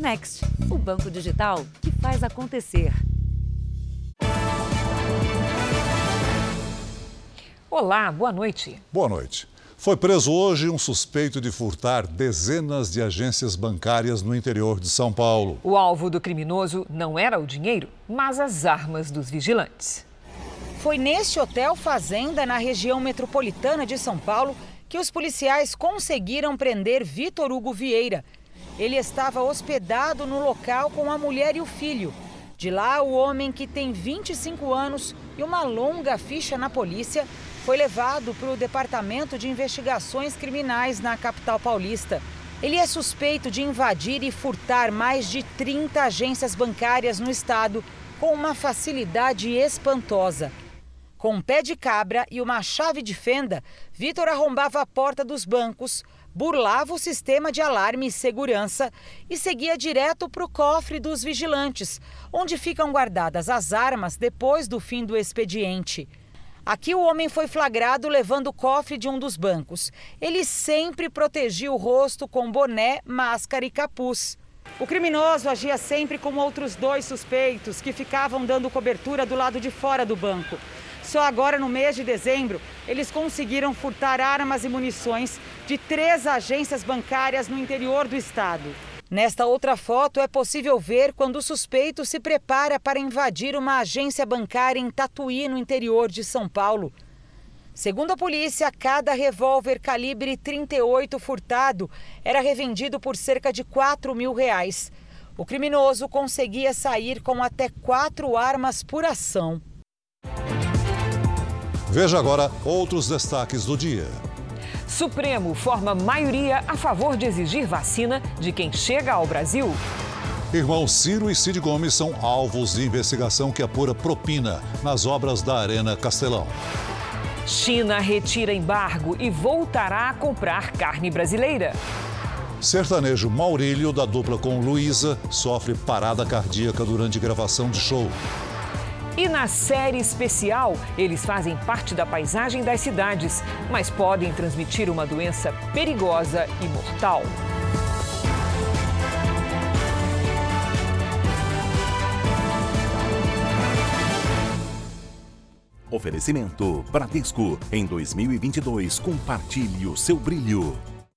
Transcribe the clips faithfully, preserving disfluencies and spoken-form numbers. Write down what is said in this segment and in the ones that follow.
Next, o banco digital que faz acontecer. Olá, boa noite. Boa noite. Foi preso hoje um suspeito de furtar dezenas de agências bancárias no interior de São Paulo. O alvo do criminoso não era o dinheiro, mas as armas dos vigilantes. Foi neste hotel fazenda, na região metropolitana de São Paulo, que os policiais conseguiram prender Vitor Hugo Vieira. Ele estava hospedado no local com a mulher e o filho. De lá, o homem, que tem vinte e cinco anos e uma longa ficha na polícia, foi levado para o Departamento de Investigações Criminais na capital paulista. Ele é suspeito de invadir e furtar mais de trinta agências bancárias no estado com uma facilidade espantosa. Com um pé de cabra e uma chave de fenda, Vitor arrombava a porta dos bancos, burlava o sistema de alarme e segurança e seguia direto para o cofre dos vigilantes, onde ficam guardadas as armas depois do fim do expediente. Aqui o homem foi flagrado levando o cofre de um dos bancos. Ele sempre protegia o rosto com boné, máscara e capuz. O criminoso agia sempre com outros dois suspeitos que ficavam dando cobertura do lado de fora do banco. Só agora, no mês de dezembro, eles conseguiram furtar armas e munições de três agências bancárias no interior do estado. Nesta outra foto, é possível ver quando o suspeito se prepara para invadir uma agência bancária em Tatuí, no interior de São Paulo. Segundo a polícia, cada revólver calibre trinta e oito furtado era revendido por cerca de quatro mil reais. O criminoso conseguia sair com até quatro armas por ação. Veja agora outros destaques do dia. Supremo forma maioria a favor de exigir vacina de quem chega ao Brasil. Irmãos Ciro e Cid Gomes são alvos de investigação que apura propina nas obras da Arena Castelão. China retira embargo e voltará a comprar carne brasileira. Sertanejo Maurílio, da dupla com Luísa, sofre parada cardíaca durante gravação de show. E na série especial, eles fazem parte da paisagem das cidades, mas podem transmitir uma doença perigosa e mortal. Oferecimento Bradesco. Em dois mil e vinte e dois, compartilhe o seu brilho.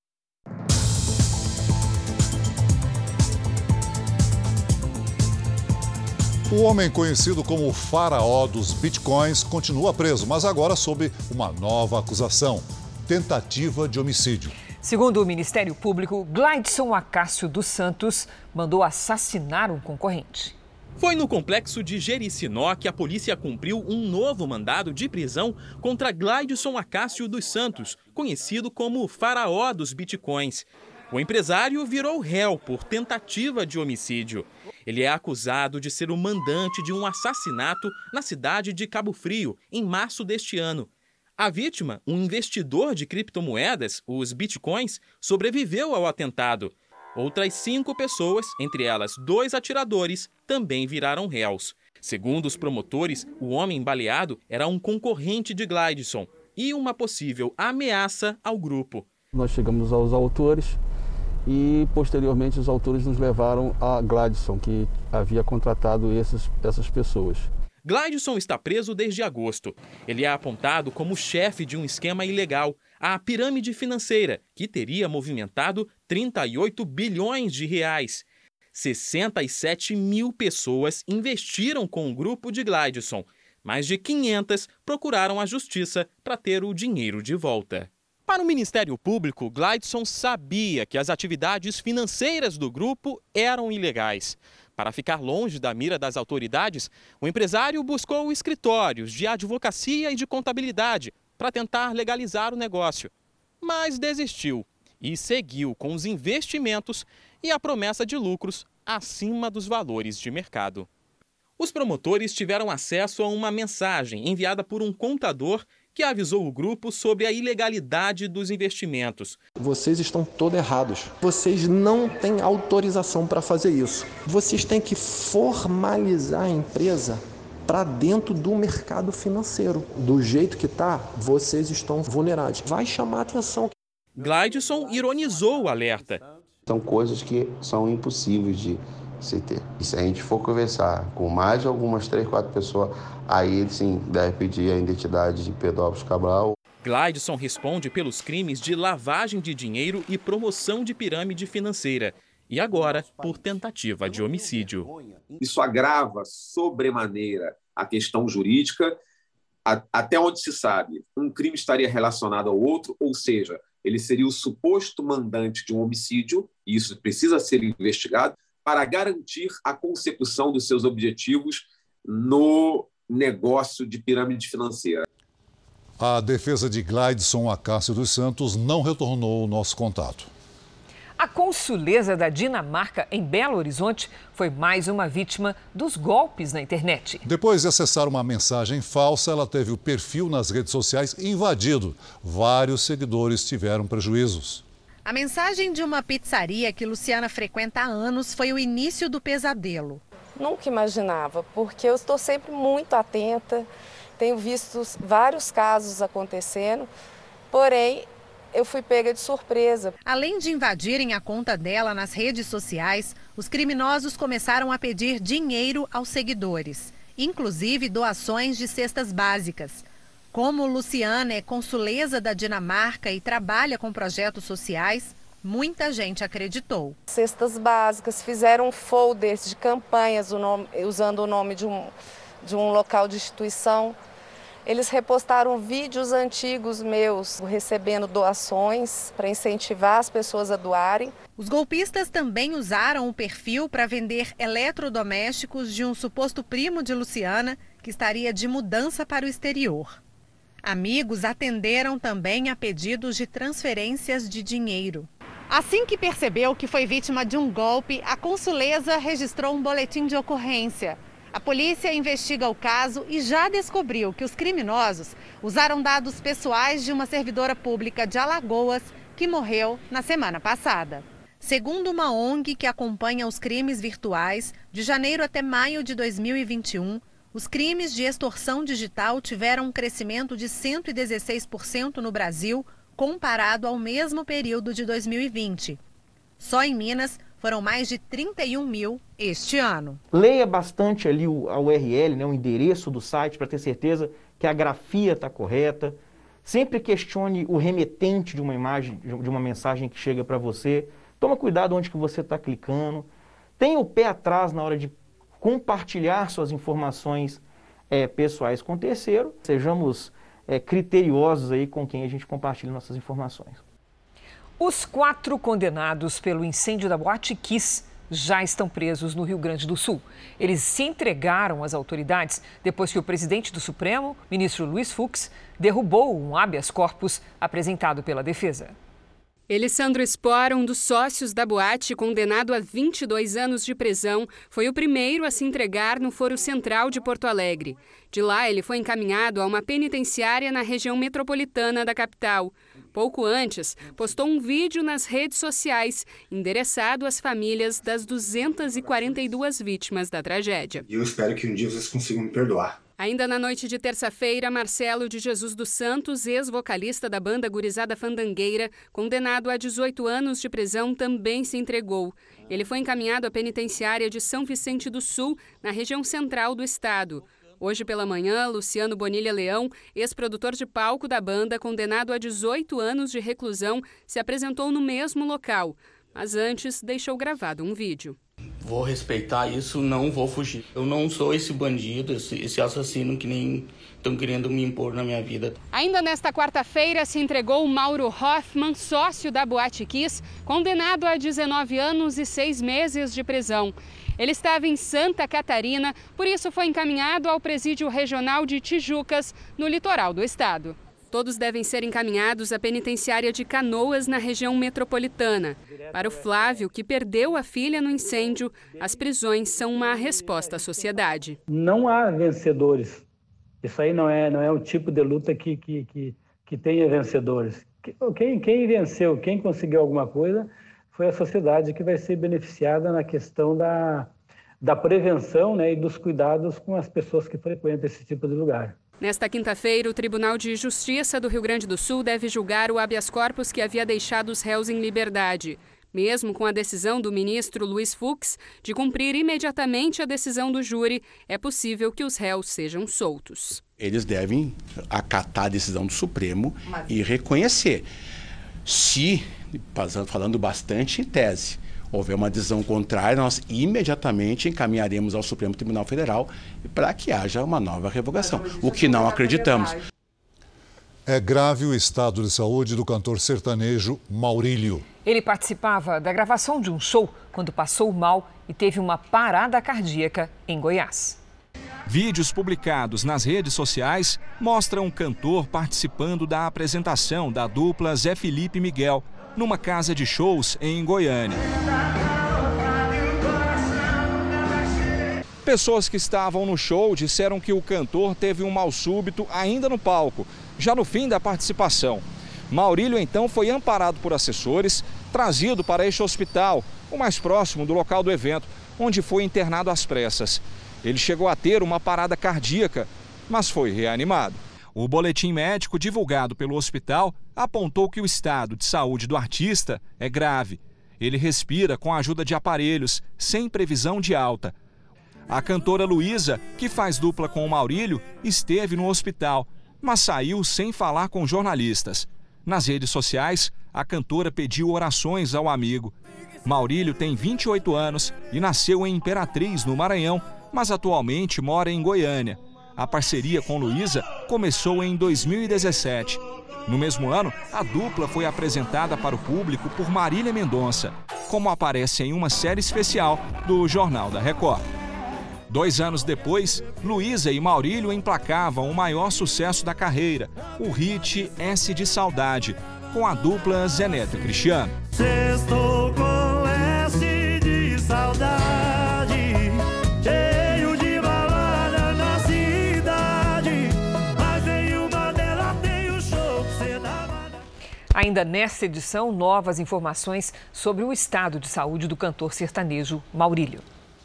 O homem conhecido como o faraó dos bitcoins continua preso, mas agora sob uma nova acusação: tentativa de homicídio. Segundo o Ministério Público, Glaidson Acácio dos Santos mandou assassinar um concorrente. Foi no complexo de Jericinó que a polícia cumpriu um novo mandado de prisão contra Glaidson Acácio dos Santos, conhecido como o faraó dos bitcoins. O empresário virou réu por tentativa de homicídio. Ele é acusado de ser o mandante de um assassinato na cidade de Cabo Frio, em março deste ano. A vítima, um investidor de criptomoedas, os bitcoins, sobreviveu ao atentado. Outras cinco pessoas, entre elas dois atiradores, também viraram réus. Segundo os promotores, o homem baleado era um concorrente de Glaidson e uma possível ameaça ao grupo. Nós chegamos aos autores e, posteriormente, os autores nos levaram a Glaidson, que havia contratado esses, essas pessoas. Glaidson está preso desde agosto. Ele é apontado como chefe de um esquema ilegal, a pirâmide financeira, que teria movimentado trinta e oito bilhões de reais. sessenta e sete mil pessoas investiram com o grupo de Glaidson. Mais de quinhentas procuraram a justiça para ter o dinheiro de volta. Para o Ministério Público, Glaidson sabia que as atividades financeiras do grupo eram ilegais. Para ficar longe da mira das autoridades, o empresário buscou escritórios de advocacia e de contabilidade para tentar legalizar o negócio. Mas desistiu e seguiu com os investimentos e a promessa de lucros acima dos valores de mercado. Os promotores tiveram acesso a uma mensagem enviada por um contador que avisou o grupo sobre a ilegalidade dos investimentos. Vocês estão todos errados. Vocês não têm autorização para fazer isso. Vocês têm que formalizar a empresa para dentro do mercado financeiro. Do jeito que está, vocês estão vulneráveis. Vai chamar a atenção. Glaidson ironizou o alerta. São coisas que são impossíveis de se ter. E se a gente for conversar com mais de algumas três, quatro pessoas, aí sim deve pedir a identidade de Pedro Cabral. Glaidson responde pelos crimes de lavagem de dinheiro e promoção de pirâmide financeira. E agora, por tentativa de homicídio. Isso agrava sobremaneira a questão jurídica, até onde se sabe, um crime estaria relacionado ao outro, ou seja, ele seria o suposto mandante de um homicídio, e isso precisa ser investigado, para garantir a consecução dos seus objetivos no negócio de pirâmide financeira. A defesa de Glaidson Acácio dos Santos não retornou o nosso contato. A consuleza da Dinamarca em Belo Horizonte foi mais uma vítima dos golpes na internet. Depois de acessar uma mensagem falsa, ela teve o perfil nas redes sociais invadido. Vários seguidores tiveram prejuízos. A mensagem de uma pizzaria que Luciana frequenta há anos foi o início do pesadelo. Nunca imaginava, porque eu estou sempre muito atenta, tenho visto vários casos acontecendo, porém eu fui pega de surpresa. Além de invadirem a conta dela nas redes sociais, os criminosos começaram a pedir dinheiro aos seguidores, inclusive doações de cestas básicas. Como Luciana é consuleza da Dinamarca e trabalha com projetos sociais, muita gente acreditou. Cestas básicas, fizeram folders de campanhas usando o nome de um, de um local de instituição. Eles repostaram vídeos antigos meus recebendo doações para incentivar as pessoas a doarem. Os golpistas também usaram o perfil para vender eletrodomésticos de um suposto primo de Luciana, que estaria de mudança para o exterior. Amigos atenderam também a pedidos de transferências de dinheiro. Assim que percebeu que foi vítima de um golpe, a consuleza registrou um boletim de ocorrência. A polícia investiga o caso e já descobriu que os criminosos usaram dados pessoais de uma servidora pública de Alagoas que morreu na semana passada. Segundo uma O N G que acompanha os crimes virtuais, de janeiro até maio de dois mil e vinte e um, os crimes de extorsão digital tiveram um crescimento de cento e dezesseis por cento no Brasil, comparado ao mesmo período de dois mil e vinte. Só em Minas foram mais de trinta e um mil este ano. Leia bastante ali o, a U R L, né, o endereço do site, para ter certeza que a grafia está correta. Sempre questione o remetente de uma imagem, de uma mensagem que chega para você. Toma cuidado onde que você está clicando. Tenha o pé atrás na hora de compartilhar suas informações é, pessoais com o terceiro. Sejamos é, criteriosos aí com quem a gente compartilha nossas informações. Os quatro condenados pelo incêndio da Boate Kiss já estão presos no Rio Grande do Sul. Eles se entregaram às autoridades depois que o presidente do Supremo, ministro Luiz Fux, derrubou um habeas corpus apresentado pela defesa. Elisandro Spor, um dos sócios da boate, condenado a vinte e dois anos de prisão, foi o primeiro a se entregar no Foro Central de Porto Alegre. De lá, ele foi encaminhado a uma penitenciária na região metropolitana da capital. Pouco antes, postou um vídeo nas redes sociais, endereçado às famílias das duzentas e quarenta e duas vítimas da tragédia. Eu espero que um dia vocês consigam me perdoar. Ainda na noite de terça-feira, Marcelo de Jesus dos Santos, ex-vocalista da banda Gurizada Fandangueira, condenado a dezoito anos de prisão, também se entregou. Ele foi encaminhado à penitenciária de São Vicente do Sul, na região central do estado. Hoje pela manhã, Luciano Bonilha Leão, ex-produtor de palco da banda, condenado a dezoito anos de reclusão, se apresentou no mesmo local. Mas antes, deixou gravado um vídeo. Vou respeitar isso, não vou fugir. Eu não sou esse bandido, esse, esse assassino que nem estão querendo me impor na minha vida. Ainda nesta quarta-feira se entregou Mauro Hoffman, sócio da Boate Kiss, condenado a dezenove anos e seis meses de prisão. Ele estava em Santa Catarina, por isso foi encaminhado ao Presídio Regional de Tijucas, no litoral do estado. Todos devem ser encaminhados à penitenciária de Canoas, na região metropolitana. Para o Flávio, que perdeu a filha no incêndio, as prisões são uma resposta à sociedade. Não há vencedores. Isso aí não é, não é o tipo de luta que, que, que, que tenha vencedores. Quem, quem venceu, quem conseguiu alguma coisa, foi a sociedade que vai ser beneficiada na questão da, da prevenção, né, e dos cuidados com as pessoas que frequentam esse tipo de lugar. Nesta quinta-feira, o Tribunal de Justiça do Rio Grande do Sul deve julgar o habeas corpus que havia deixado os réus em liberdade. Mesmo com a decisão do ministro Luiz Fux de cumprir imediatamente a decisão do júri, é possível que os réus sejam soltos. Eles devem acatar a decisão do Supremo e reconhecer. Se, falando bastante em tese, houver uma decisão contrária, nós imediatamente encaminharemos ao Supremo Tribunal Federal para que haja uma nova revogação, o que não acreditamos. É grave o estado de saúde do cantor sertanejo Maurílio. Ele participava da gravação de um show quando passou mal e teve uma parada cardíaca em Goiás. Vídeos publicados nas redes sociais mostram o cantor participando da apresentação da dupla Zé Felipe e Miguel numa casa de shows em Goiânia. Pessoas que estavam no show disseram que o cantor teve um mal súbito ainda no palco, já no fim da participação. Maurílio então foi amparado por assessores, trazido para este hospital, o mais próximo do local do evento, onde foi internado às pressas. Ele chegou a ter uma parada cardíaca, mas foi reanimado. O boletim médico divulgado pelo hospital apontou que o estado de saúde do artista é grave. Ele respira com a ajuda de aparelhos, sem previsão de alta. A cantora Luísa, que faz dupla com o Maurílio, esteve no hospital, mas saiu sem falar com jornalistas. Nas redes sociais, a cantora pediu orações ao amigo. Maurílio tem vinte e oito anos e nasceu em Imperatriz, no Maranhão, mas atualmente mora em Goiânia. A parceria com Luísa começou em dois mil e dezessete. No mesmo ano, a dupla foi apresentada para o público por Marília Mendonça, como aparece em uma série especial do Jornal da Record. Dois anos depois, Luísa e Maurílio emplacavam o maior sucesso da carreira, o hit S de Saudade, com a dupla Zé Neto e Cristiano. Estou com S de saudade, cheio de balada na cidade, mas em uma delas tem o show que você dava. Ainda nesta edição, novas informações sobre o estado de saúde do cantor sertanejo Maurílio.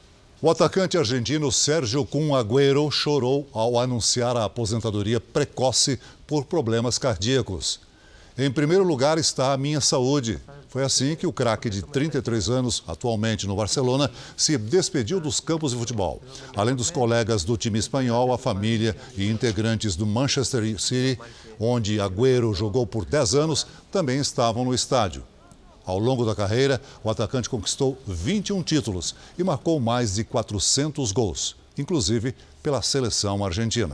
O atacante argentino Sérgio Kun Agüero chorou ao anunciar a aposentadoria precoce por problemas cardíacos. Em primeiro lugar está a minha saúde. Foi assim que o craque de trinta e três anos, atualmente no Barcelona, se despediu dos campos de futebol. Além dos colegas do time espanhol, a família e integrantes do Manchester City, onde Agüero jogou por dez anos, também estavam no estádio. Ao longo da carreira, o atacante conquistou vinte e um títulos e marcou mais de quatrocentos gols, inclusive pela seleção argentina.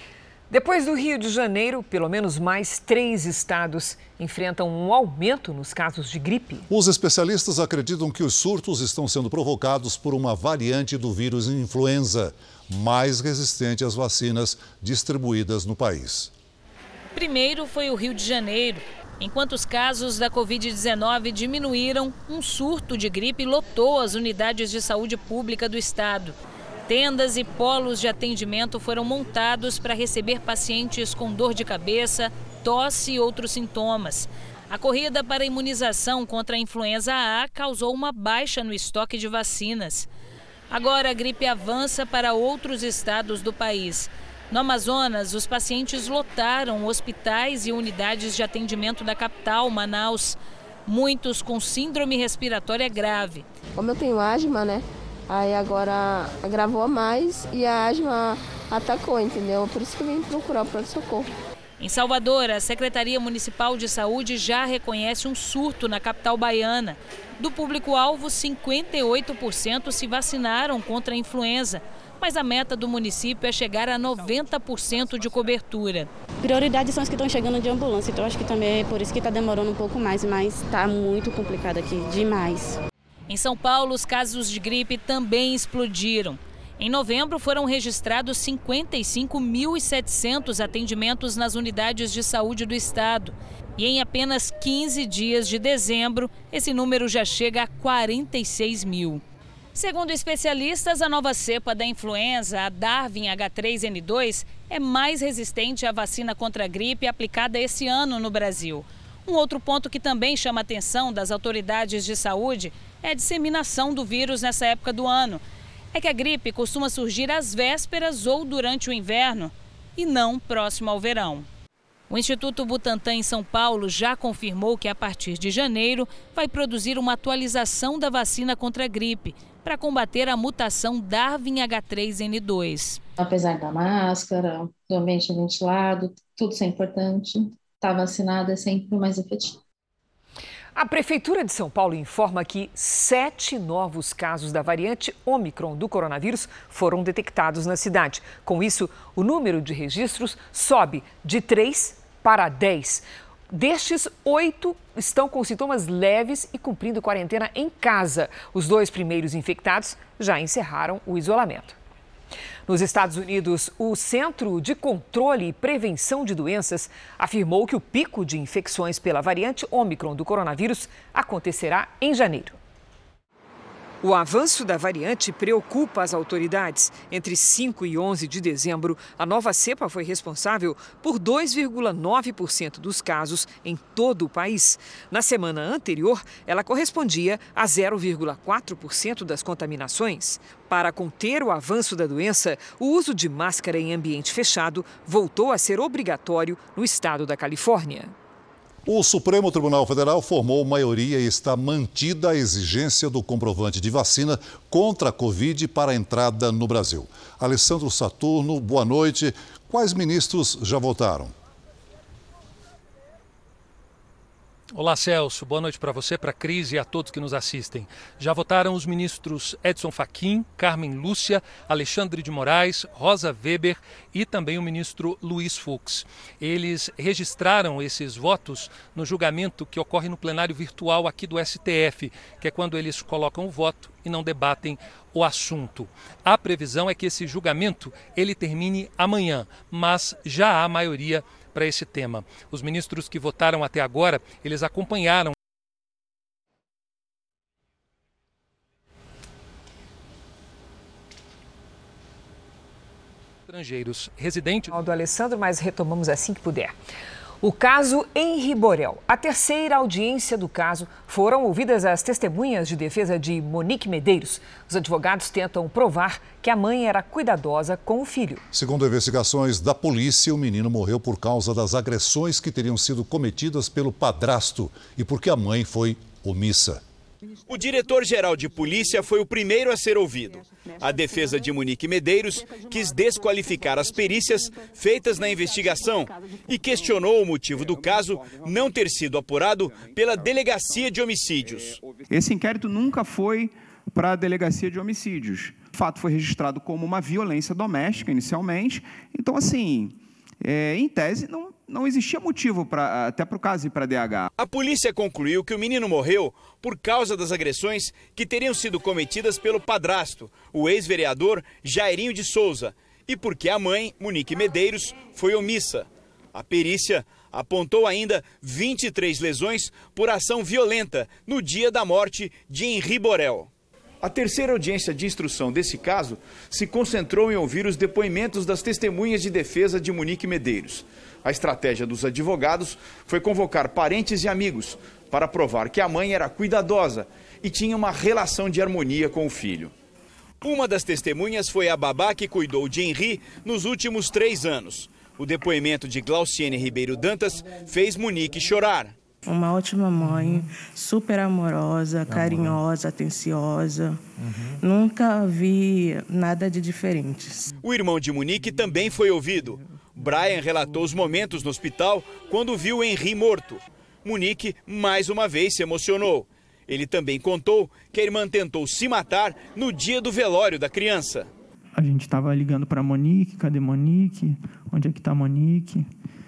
Depois do Rio de Janeiro, pelo menos mais três estados enfrentam um aumento nos casos de gripe. Os especialistas acreditam que os surtos estão sendo provocados por uma variante do vírus influenza, mais resistente às vacinas distribuídas no país. Primeiro foi o Rio de Janeiro. Enquanto os casos da covid dezenove diminuíram, um surto de gripe lotou as unidades de saúde pública do estado. Tendas e polos de atendimento foram montados para receber pacientes com dor de cabeça, tosse e outros sintomas. A corrida para a imunização contra a influenza A causou uma baixa no estoque de vacinas. Agora a gripe avança para outros estados do país. No Amazonas, os pacientes lotaram hospitais e unidades de atendimento da capital, Manaus. Muitos com síndrome respiratória grave. Como eu tenho asma, né? Aí agora agravou mais e a asma atacou, entendeu? Por isso que eu vim procurar o pronto-socorro. Em Salvador, a Secretaria Municipal de Saúde já reconhece um surto na capital baiana. Do público-alvo, cinquenta e oito por cento se vacinaram contra a influenza. Mas a meta do município é chegar a noventa por cento de cobertura. Prioridade são os que estão chegando de ambulância, então acho que também é por isso que está demorando um pouco mais, mas está muito complicado aqui, demais. Em São Paulo, os casos de gripe também explodiram. Em novembro, foram registrados cinquenta e cinco mil e setecentos atendimentos nas unidades de saúde do estado. E em apenas quinze dias de dezembro, esse número já chega a quarenta e seis mil. Segundo especialistas, a nova cepa da influenza, a Darwin H três N dois, é mais resistente à vacina contra a gripe aplicada esse ano no Brasil. Um outro ponto que também chama a atenção das autoridades de saúde é a disseminação do vírus nessa época do ano. É que a gripe costuma surgir às vésperas ou durante o inverno e não próximo ao verão. O Instituto Butantan em São Paulo já confirmou que a partir de janeiro vai produzir uma atualização da vacina contra a gripe para combater a mutação Darwin H três N dois. Apesar da máscara, do ambiente ventilado, tudo isso é importante. Estar vacinado é sempre o mais efetivo. A Prefeitura de São Paulo informa que sete novos casos da variante Ômicron do coronavírus foram detectados na cidade. Com isso, o número de registros sobe de três para dez. Destes, oito estão com sintomas leves e cumprindo quarentena em casa. Os dois primeiros infectados já encerraram o isolamento. Nos Estados Unidos, o Centro de Controle e Prevenção de Doenças afirmou que o pico de infecções pela variante Ômicron do coronavírus acontecerá em janeiro. O avanço da variante preocupa as autoridades. Entre cinco e onze de dezembro, a nova cepa foi responsável por dois vírgula nove por cento dos casos em todo o país. Na semana anterior, ela correspondia a zero vírgula quatro por cento das contaminações. Para conter o avanço da doença, o uso de máscara em ambiente fechado voltou a ser obrigatório no estado da Califórnia. O Supremo Tribunal Federal formou maioria e está mantida a exigência do comprovante de vacina contra a Covid para a entrada no Brasil. Alessandro Saturno, boa noite. Quais ministros já votaram? Olá, Celso. Boa noite para você, para a Cris e a todos que nos assistem. Já votaram os ministros Edson Fachin, Carmen Lúcia, Alexandre de Moraes, Rosa Weber e também o ministro Luiz Fux. Eles registraram esses votos no julgamento que ocorre no plenário virtual aqui do S T F, que é quando eles colocam o voto e não debatem o assunto. A previsão é que esse julgamento ele termine amanhã, mas já há maioria para esse tema. Os ministros que votaram até agora, eles acompanharam estrangeiros residentes. Do Alessandro, mas retomamos assim que puder. O caso Henri Borel. A terceira audiência do caso foram ouvidas as testemunhas de defesa de Monique Medeiros. Os advogados tentam provar que a mãe era cuidadosa com o filho. Segundo investigações da polícia, o menino morreu por causa das agressões que teriam sido cometidas pelo padrasto e porque a mãe foi omissa. O diretor-geral de polícia foi o primeiro a ser ouvido. A defesa de Monique Medeiros quis desqualificar as perícias feitas na investigação e questionou o motivo do caso não ter sido apurado pela Delegacia de Homicídios. Esse inquérito nunca foi para a Delegacia de Homicídios. O fato foi registrado como uma violência doméstica inicialmente. Então, assim, é, em tese, não, não existia motivo pra, até para o caso ir para a D H. A polícia concluiu que o menino morreu por causa das agressões que teriam sido cometidas pelo padrasto, o ex-vereador Jairinho de Souza, e porque a mãe, Monique Medeiros, foi omissa. A perícia apontou ainda vinte e três lesões por ação violenta no dia da morte de Henri Borel. A terceira audiência de instrução desse caso se concentrou em ouvir os depoimentos das testemunhas de defesa de Monique Medeiros. A estratégia dos advogados foi convocar parentes e amigos para provar que a mãe era cuidadosa e tinha uma relação de harmonia com o filho. Uma das testemunhas foi a babá que cuidou de Henri nos últimos três anos. O depoimento de Glauciene Ribeiro Dantas fez Monique chorar. Uma ótima mãe, super amorosa, carinhosa, atenciosa. Uhum. Nunca vi nada de diferente. O irmão de Monique também foi ouvido. Brian relatou os momentos no hospital quando viu Henri morto. Monique, mais uma vez, se emocionou. Ele também contou que a irmã tentou se matar no dia do velório da criança. A gente estava ligando para Monique, cadê Monique? Onde é que está Monique?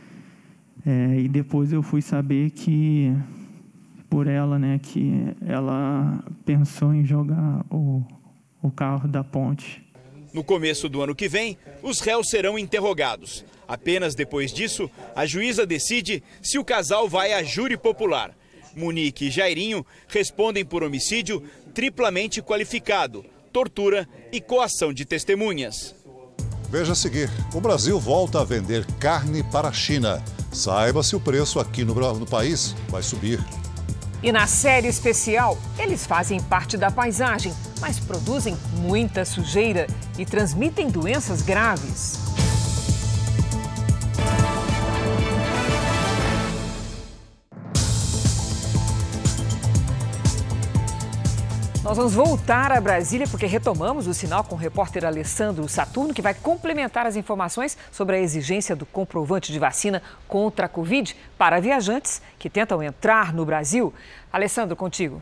É, e depois eu fui saber que, por ela, né, que ela pensou em jogar o, o carro da ponte. No começo do ano que vem, os réus serão interrogados. Apenas depois disso, a juíza decide se o casal vai a júri popular. Monique e Jairinho respondem por homicídio triplamente qualificado, tortura e coação de testemunhas. Veja a seguir, o Brasil volta a vender carne para a China. Saiba se o preço aqui no, no país vai subir. E na série especial, eles fazem parte da paisagem, mas produzem muita sujeira e transmitem doenças graves. Nós vamos voltar a Brasília porque retomamos o sinal com o repórter Alessandro Saturno, que vai complementar as informações sobre a exigência do comprovante de vacina contra a Covid para viajantes que tentam entrar no Brasil. Alessandro, contigo.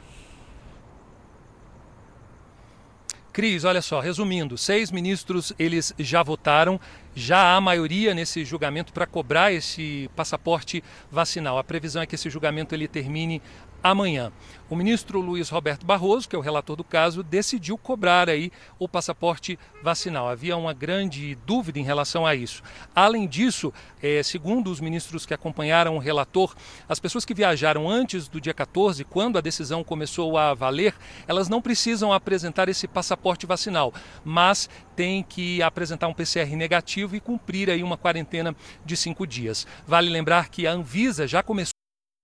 Cris, olha só, resumindo, seis ministros eles já votaram, já há maioria nesse julgamento para cobrar esse passaporte vacinal. A previsão é que esse julgamento ele termine amanhã. O ministro Luiz Roberto Barroso, que é o relator do caso, decidiu cobrar aí o passaporte vacinal. Havia uma grande dúvida em relação a isso. Além disso, é, segundo os ministros que acompanharam o relator, as pessoas que viajaram antes do dia quatorze, quando a decisão começou a valer, elas não precisam apresentar esse passaporte vacinal, mas têm que apresentar um P C R negativo e cumprir aí uma quarentena de cinco dias. Vale lembrar que a Anvisa já começou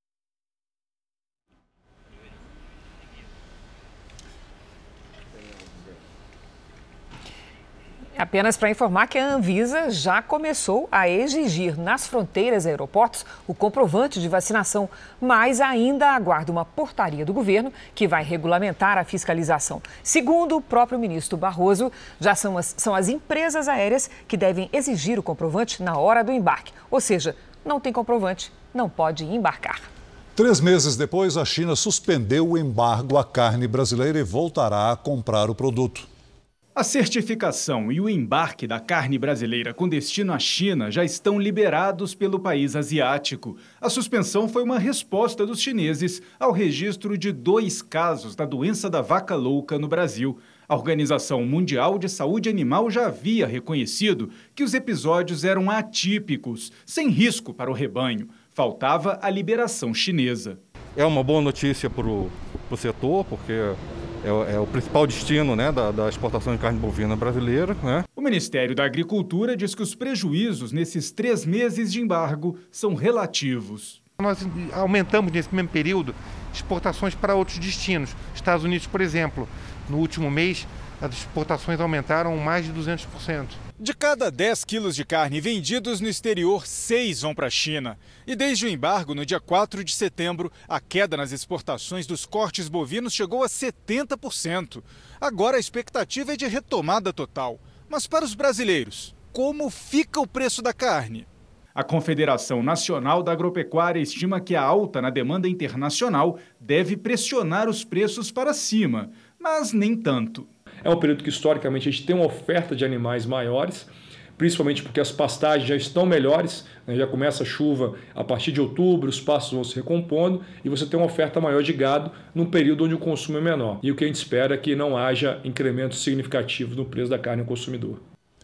Apenas para informar que a Anvisa já começou a exigir nas fronteiras e aeroportos o comprovante de vacinação, mas ainda aguarda uma portaria do governo que vai regulamentar a fiscalização. Segundo o próprio ministro Barroso, já são as, são as empresas aéreas que devem exigir o comprovante na hora do embarque. Ou seja, não tem comprovante, não pode embarcar. Três meses depois, a China suspendeu o embargo à carne brasileira e voltará a comprar o produto. A certificação e o embarque da carne brasileira com destino à China já estão liberados pelo país asiático. A suspensão foi uma resposta dos chineses ao registro de dois casos da doença da vaca louca no Brasil. A Organização Mundial de Saúde Animal já havia reconhecido que os episódios eram atípicos, sem risco para o rebanho. Faltava a liberação chinesa. É uma boa notícia para o setor, porque É, é o principal destino, né, da, da exportação de carne bovina brasileira, né? O Ministério da Agricultura diz que os prejuízos nesses três meses de embargo são relativos. Nós aumentamos nesse mesmo período exportações para outros destinos. Estados Unidos, por exemplo, no último mês as exportações aumentaram mais de duzentos por cento. De cada dez quilos de carne vendidos no exterior, seis vão para a China. E desde o embargo, no dia quatro de setembro, a queda nas exportações dos cortes bovinos chegou a setenta por cento. Agora a expectativa é de retomada total. Mas para os brasileiros, como fica o preço da carne? A Confederação Nacional da Agropecuária estima que a alta na demanda internacional deve pressionar os preços para cima, mas nem tanto. É um período que, historicamente, a gente tem uma oferta de animais maiores, principalmente porque as pastagens já estão melhores, né? Já começa a chuva a partir de outubro, os pastos vão se recompondo e você tem uma oferta maior de gado num período onde o consumo é menor. E o que a gente espera é que não haja incremento significativo no preço da carne ao consumidor.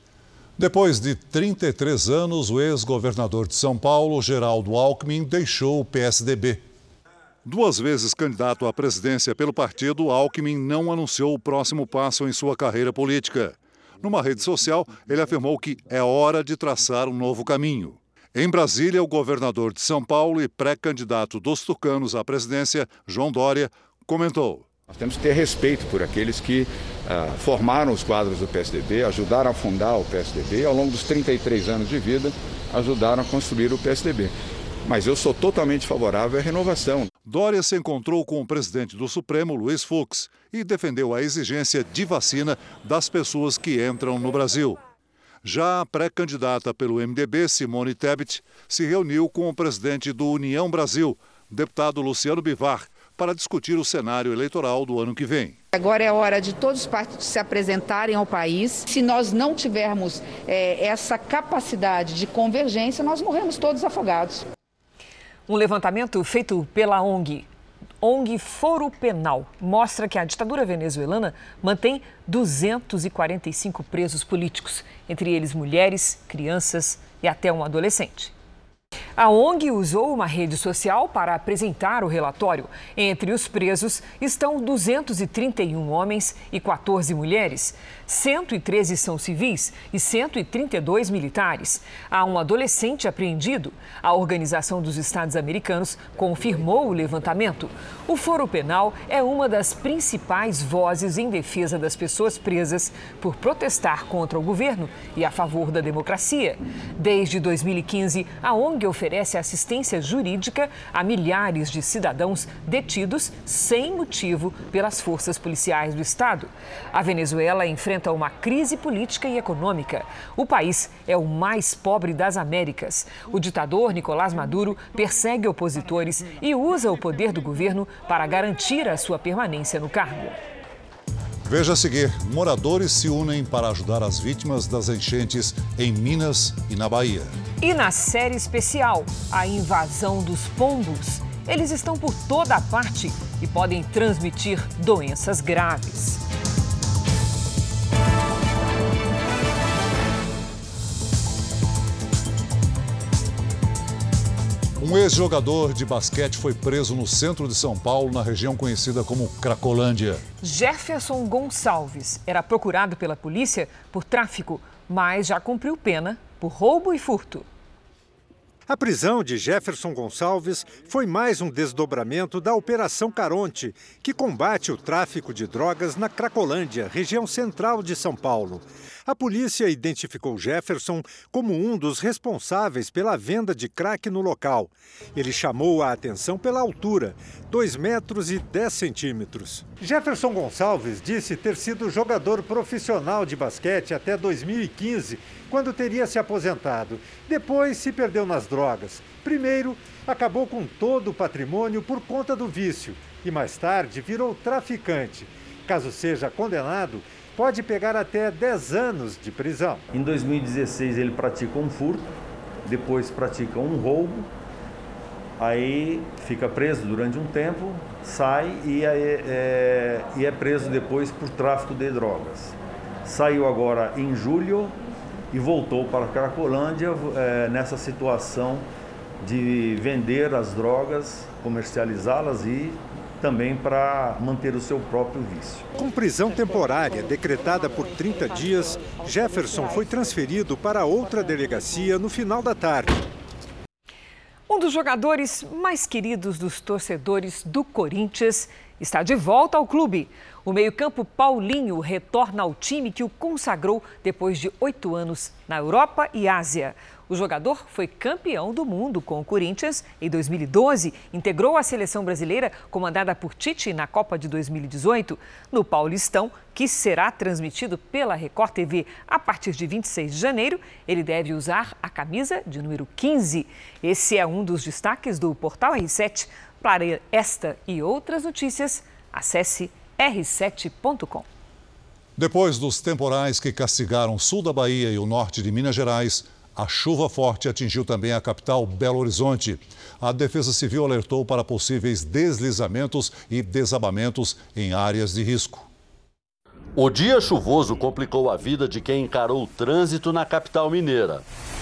Depois de trinta e três anos, o ex-governador de São Paulo, Geraldo Alckmin, deixou o P S D B. Duas vezes candidato à presidência pelo partido, Alckmin não anunciou o próximo passo em sua carreira política. Numa rede social, ele afirmou que é hora de traçar um novo caminho. Em Brasília, o governador de São Paulo e pré-candidato dos tucanos à presidência, João Dória, comentou: Nós temos que ter respeito por aqueles que uh, formaram os quadros do P S D B, ajudaram a fundar o P S D B e ao longo dos trinta e três anos de vida ajudaram a construir o P S D B. Mas eu sou totalmente favorável à renovação. Dória se encontrou com o presidente do Supremo, Luiz Fux, e defendeu a exigência de vacina das pessoas que entram no Brasil. Já a pré-candidata pelo M D B, Simone Tebet, se reuniu com o presidente do União Brasil, deputado Luciano Bivar, para discutir o cenário eleitoral do ano que vem. Agora é hora de todos os partidos se apresentarem ao país. Se nós não tivermos é, essa capacidade de convergência, nós morremos todos afogados. Um levantamento feito pela O N G, O N G Foro Penal, mostra que a ditadura venezuelana mantém duzentos e quarenta e cinco presos políticos, entre eles mulheres, crianças e até um adolescente. A O N G usou uma rede social para apresentar o relatório. Entre os presos estão duzentos e trinta e um homens e quatorze mulheres. cento e treze são civis e cento e trinta e dois militares. Há um adolescente apreendido. A Organização dos Estados Americanos confirmou o levantamento. O Foro Penal é uma das principais vozes em defesa das pessoas presas por protestar contra o governo e a favor da democracia. Desde dois mil e quinze, a O N G oferece oferece assistência jurídica a milhares de cidadãos detidos sem motivo pelas forças policiais do estado. A Venezuela enfrenta uma crise política e econômica. O país é o mais pobre das Américas. O ditador Nicolás Maduro persegue opositores e usa o poder do governo para garantir a sua permanência no cargo. Veja a seguir, moradores se unem para ajudar as vítimas das enchentes em Minas e na Bahia. E na série especial, a invasão dos pombos. Eles estão por toda a parte e podem transmitir doenças graves. Um ex-jogador de basquete foi preso no centro de São Paulo, na região conhecida como Cracolândia. Jefferson Gonçalves era procurado pela polícia por tráfico, mas já cumpriu pena por roubo e furto. A prisão de Jefferson Gonçalves foi mais um desdobramento da Operação Caronte, que combate o tráfico de drogas na Cracolândia, região central de São Paulo. A polícia identificou Jefferson como um dos responsáveis pela venda de crack no local. Ele chamou a atenção pela altura, dois metros e dez centímetros. Jefferson Gonçalves disse ter sido jogador profissional de basquete até dois mil e quinze, quando teria se aposentado. Depois se perdeu nas drogas. Primeiro, acabou com todo o patrimônio por conta do vício e mais tarde virou traficante. Caso seja condenado, pode pegar até dez anos de prisão. Em dois mil e dezesseis ele pratica um furto, depois pratica um roubo, aí fica preso durante um tempo, sai e é, é, e é preso depois por tráfico de drogas. Saiu agora em julho e voltou para a Cracolândia é, nessa situação de vender as drogas, comercializá-las e também para manter o seu próprio vício. Com prisão temporária decretada por trinta dias, Jefferson foi transferido para outra delegacia no final da tarde. Um dos jogadores mais queridos dos torcedores do Corinthians está de volta ao clube. O meio-campo Paulinho retorna ao time que o consagrou depois de oito anos na Europa e Ásia. O jogador foi campeão do mundo com o Corinthians em dois mil e doze, integrou a seleção brasileira comandada por Tite na Copa de dois mil e dezoito. No Paulistão, que será transmitido pela Record T V a partir de vinte e seis de janeiro, ele deve usar a camisa de número quinze. Esse é um dos destaques do Portal R sete. Para esta e outras notícias, acesse r sete ponto com. Depois dos temporais que castigaram o sul da Bahia e o norte de Minas Gerais, a chuva forte atingiu também a capital, Belo Horizonte. A Defesa Civil alertou para possíveis deslizamentos e desabamentos em áreas de risco. O dia chuvoso complicou a vida de quem encarou o trânsito na capital mineira.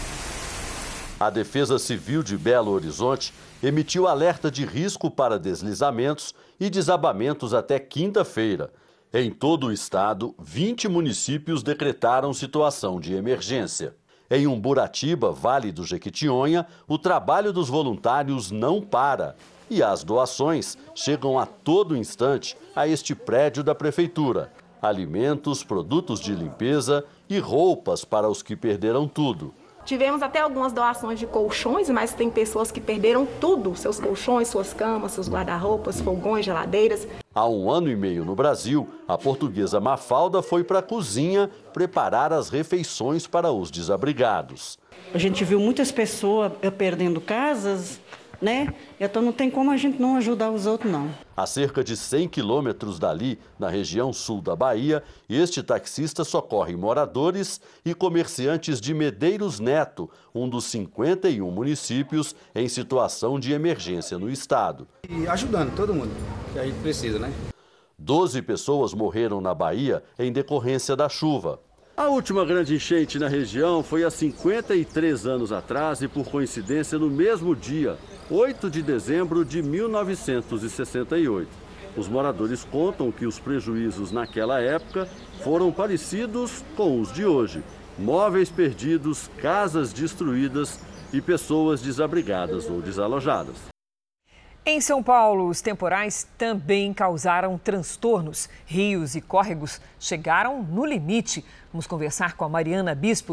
A Defesa Civil de Belo Horizonte emitiu alerta de risco para deslizamentos e desabamentos até quinta-feira. Em todo o estado, vinte municípios decretaram situação de emergência. Em Umburatiba, Vale do Jequitinhonha, o trabalho dos voluntários não para e as doações chegam a todo instante a este prédio da prefeitura. Alimentos, produtos de limpeza e roupas para os que perderam tudo. Tivemos até algumas doações de colchões, mas tem pessoas que perderam tudo, seus colchões, suas camas, seus guarda-roupas, fogões, geladeiras. Há um ano e meio no Brasil, a portuguesa Mafalda foi para a cozinha preparar as refeições para os desabrigados. A gente viu muitas pessoas perdendo casas, né? Então não tem como a gente não ajudar os outros, não. A cerca de cem quilômetros dali, na região sul da Bahia, este taxista socorre moradores e comerciantes de Medeiros Neto, um dos cinquenta e um municípios em situação de emergência no estado. E ajudando todo mundo, que a gente precisa, né? Doze pessoas morreram na Bahia em decorrência da chuva. A última grande enchente na região foi há cinquenta e três anos atrás e, por coincidência, no mesmo dia, oito de dezembro de mil novecentos e sessenta e oito. Os moradores contam que os prejuízos naquela época foram parecidos com os de hoje. Móveis perdidos, casas destruídas e pessoas desabrigadas ou desalojadas. Em São Paulo, os temporais também causaram transtornos. Rios e córregos chegaram no limite. Vamos conversar com a Mariana Bispo.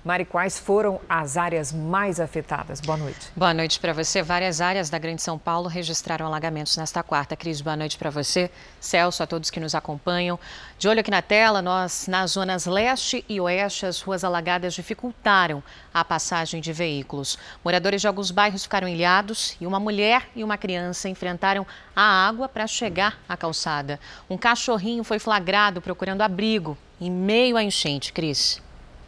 Mari, quais foram as áreas mais afetadas? Boa noite. Boa noite para você. Várias áreas da Grande São Paulo registraram alagamentos nesta quarta. Cris, boa noite para você. Celso, a todos que nos acompanham. De olho aqui na tela, nós, nas zonas leste e oeste, as ruas alagadas dificultaram a passagem de veículos. Moradores de alguns bairros ficaram ilhados e uma mulher e uma criança enfrentaram a água para chegar à calçada. Um cachorrinho foi flagrado procurando abrigo em meio à enchente, Cris.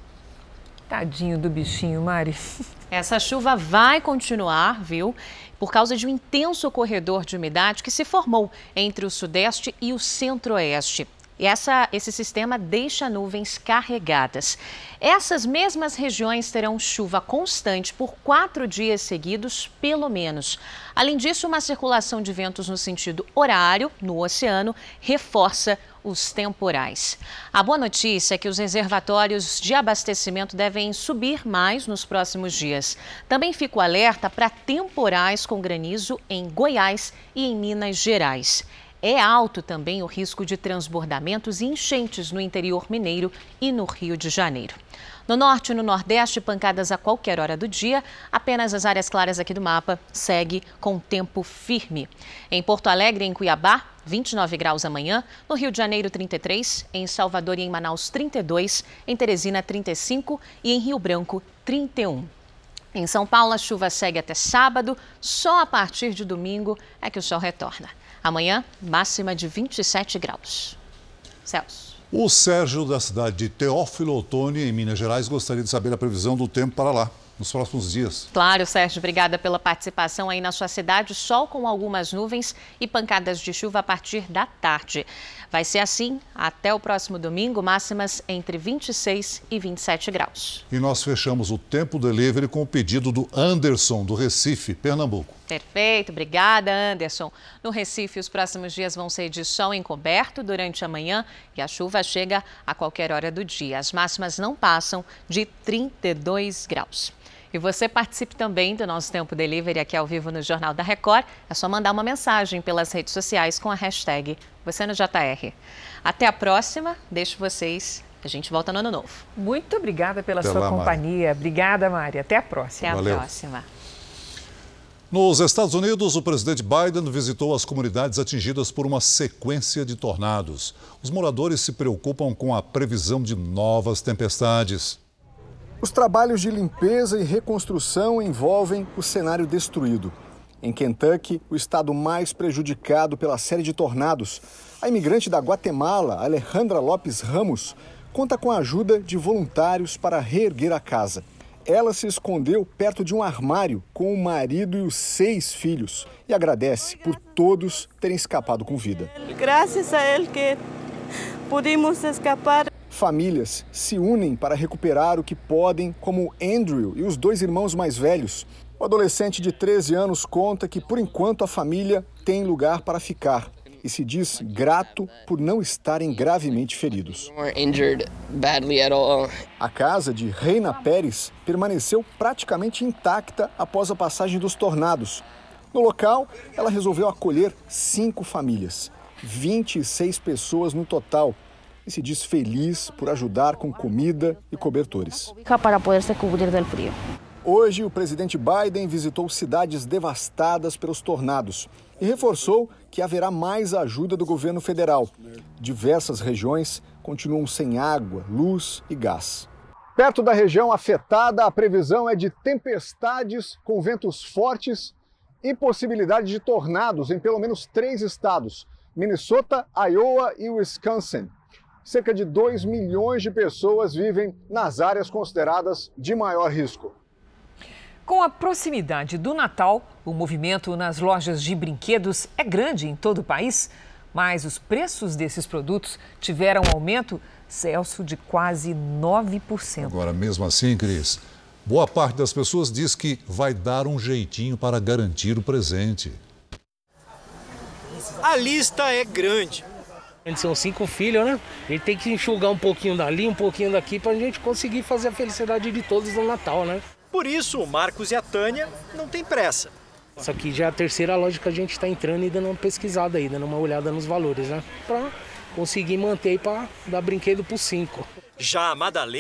Tadinho do bichinho, Mari. Essa chuva vai continuar, viu? Por causa de um intenso corredor de umidade que se formou entre o sudeste e o centro-oeste. E essa, esse sistema deixa nuvens carregadas. Essas mesmas regiões terão chuva constante por quatro dias seguidos, pelo menos. Além disso, uma circulação de ventos no sentido horário, no oceano, reforça os temporais. A boa notícia é que os reservatórios de abastecimento devem subir mais nos próximos dias. Também fica o alerta para temporais com granizo em Goiás e em Minas Gerais. É alto também o risco de transbordamentos e enchentes no interior mineiro e no Rio de Janeiro. No norte e no nordeste, pancadas a qualquer hora do dia, apenas as áreas claras aqui do mapa segue com tempo firme. Em Porto Alegre e em Cuiabá, vinte e nove graus amanhã, no Rio de Janeiro trinta e três, em Salvador e em Manaus trinta e dois, em Teresina trinta e cinco e em Rio Branco trinta e um. Em São Paulo, a chuva segue até sábado, só a partir de domingo é que o sol retorna. Amanhã, máxima de vinte e sete graus. Celso. O Sérgio, da cidade de Teófilo Otoni, em Minas Gerais, gostaria de saber a previsão do tempo para lá, nos próximos dias. Claro, Sérgio, obrigada pela participação aí na sua cidade. Sol com algumas nuvens e pancadas de chuva a partir da tarde. Vai ser assim até o próximo domingo, máximas entre vinte e seis e vinte e sete graus. E nós fechamos o Tempo Delivery com o pedido do Anderson, do Recife, Pernambuco. Perfeito, obrigada, Anderson. No Recife, os próximos dias vão ser de sol encoberto durante a manhã e a chuva chega a qualquer hora do dia. As máximas não passam de trinta e dois graus. E você participe também do nosso Tempo Delivery aqui ao vivo no Jornal da Record. É só mandar uma mensagem pelas redes sociais com a hashtag Você no J R. Até a próxima, deixo vocês. A gente volta no ano novo. Muito obrigada pela Até sua lá, companhia. Mari. Obrigada, Mari. Até a próxima. Até a Valeu. próxima. Nos Estados Unidos, o presidente Biden visitou as comunidades atingidas por uma sequência de tornados. Os moradores se preocupam com a previsão de novas tempestades. Os trabalhos de limpeza e reconstrução envolvem o cenário destruído. Em Kentucky, o estado mais prejudicado pela série de tornados, a imigrante da Guatemala, Alejandra Lopes Ramos, conta com a ajuda de voluntários para reerguer a casa. Ela se escondeu perto de um armário com o marido e os seis filhos e agradece por todos terem escapado com vida. Graças a ele que pudimos escapar. Famílias se unem para recuperar o que podem, como Andrew e os dois irmãos mais velhos. O adolescente de treze anos conta que, por enquanto, a família tem lugar para ficar e se diz grato por não estarem gravemente feridos. A casa de Reina Pérez permaneceu praticamente intacta após a passagem dos tornados. No local, ela resolveu acolher cinco famílias, vinte e seis pessoas no total, e se diz feliz por ajudar com comida e cobertores. Para poder se cobrir do frio. Hoje, o presidente Biden visitou cidades devastadas pelos tornados e reforçou que haverá mais ajuda do governo federal. Diversas regiões continuam sem água, luz e gás. Perto da região afetada, a previsão é de tempestades com ventos fortes e possibilidade de tornados em pelo menos três estados: Minnesota, Iowa e Wisconsin. Cerca de dois milhões de pessoas vivem nas áreas consideradas de maior risco. Com a proximidade do Natal, o movimento nas lojas de brinquedos é grande em todo o país, mas os preços desses produtos tiveram um aumento, Celso, de quase nove por cento. Agora, mesmo assim, Cris, boa parte das pessoas diz que vai dar um jeitinho para garantir o presente. A lista é grande. São cinco filhos, né? A gente tem que enxugar um pouquinho dali, um pouquinho daqui, para a gente conseguir fazer a felicidade de todos no Natal, né? Por isso, o Marcos e a Tânia não tem pressa. Isso aqui já é a terceira loja que a gente está entrando e dando uma pesquisada aí, dando uma olhada nos valores, né? Para conseguir manter aí para dar brinquedo por cinco. Já a Madalena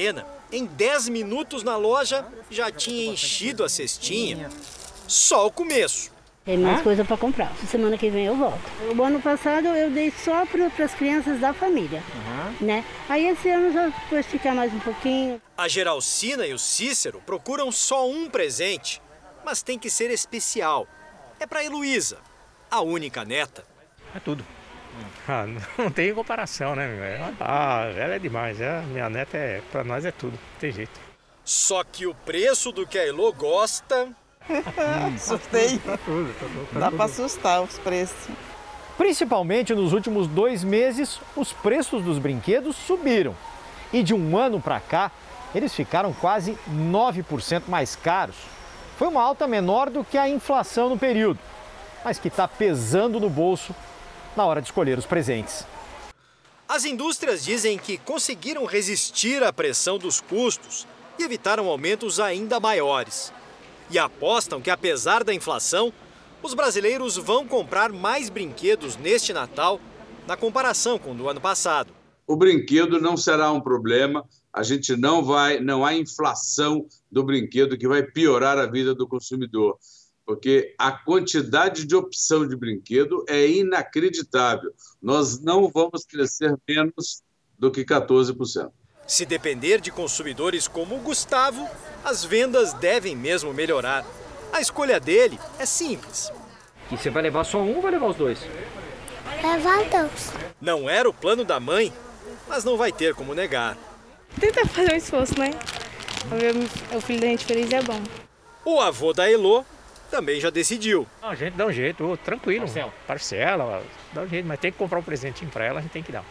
Em dez minutos na loja, já tinha enchido a cestinha. Só o começo. Tem mais coisa para comprar. Semana que vem eu volto. O ano passado eu dei só para as crianças da família, uhum. né? Aí esse ano já vou esticar mais um pouquinho. A Geralcina e o Cícero procuram só um presente, mas tem que ser especial. É para a Heloísa, a única neta. É tudo. Ah, não tem comparação, né, meu? Ah, ela é demais. Ela, minha neta, é, para nós é tudo. Não tem jeito. Só que o preço do que a Elô gosta... Assustei. Dá para assustar os preços. Principalmente nos últimos dois meses, os preços dos brinquedos subiram. E de um ano para cá, eles ficaram quase nove por cento mais caros. Foi uma alta menor do que a inflação no período, mas que está pesando no bolso na hora de escolher os presentes. As indústrias dizem que conseguiram resistir à pressão dos custos e evitaram aumentos ainda maiores. E apostam que, apesar da inflação, os brasileiros vão comprar mais brinquedos neste Natal na comparação com o do ano passado. O brinquedo não será um problema, a gente não vai, não há inflação do brinquedo que vai piorar a vida do consumidor, porque a quantidade de opção de brinquedo é inacreditável. Nós não vamos crescer menos do que quatorze por cento. Se depender de consumidores como o Gustavo, as vendas devem mesmo melhorar. A escolha dele é simples. E você vai levar só um ou vai levar os dois? Levar dois. Não era o plano da mãe, mas não vai ter como negar. Tenta fazer um esforço, né? Ver o filho da gente feliz é bom. O avô da Elô também já decidiu. Não, a gente dá um jeito, tranquilo. Parcela. Parcela, dá um jeito, mas tem que comprar um presentinho para ela, a gente tem que dar.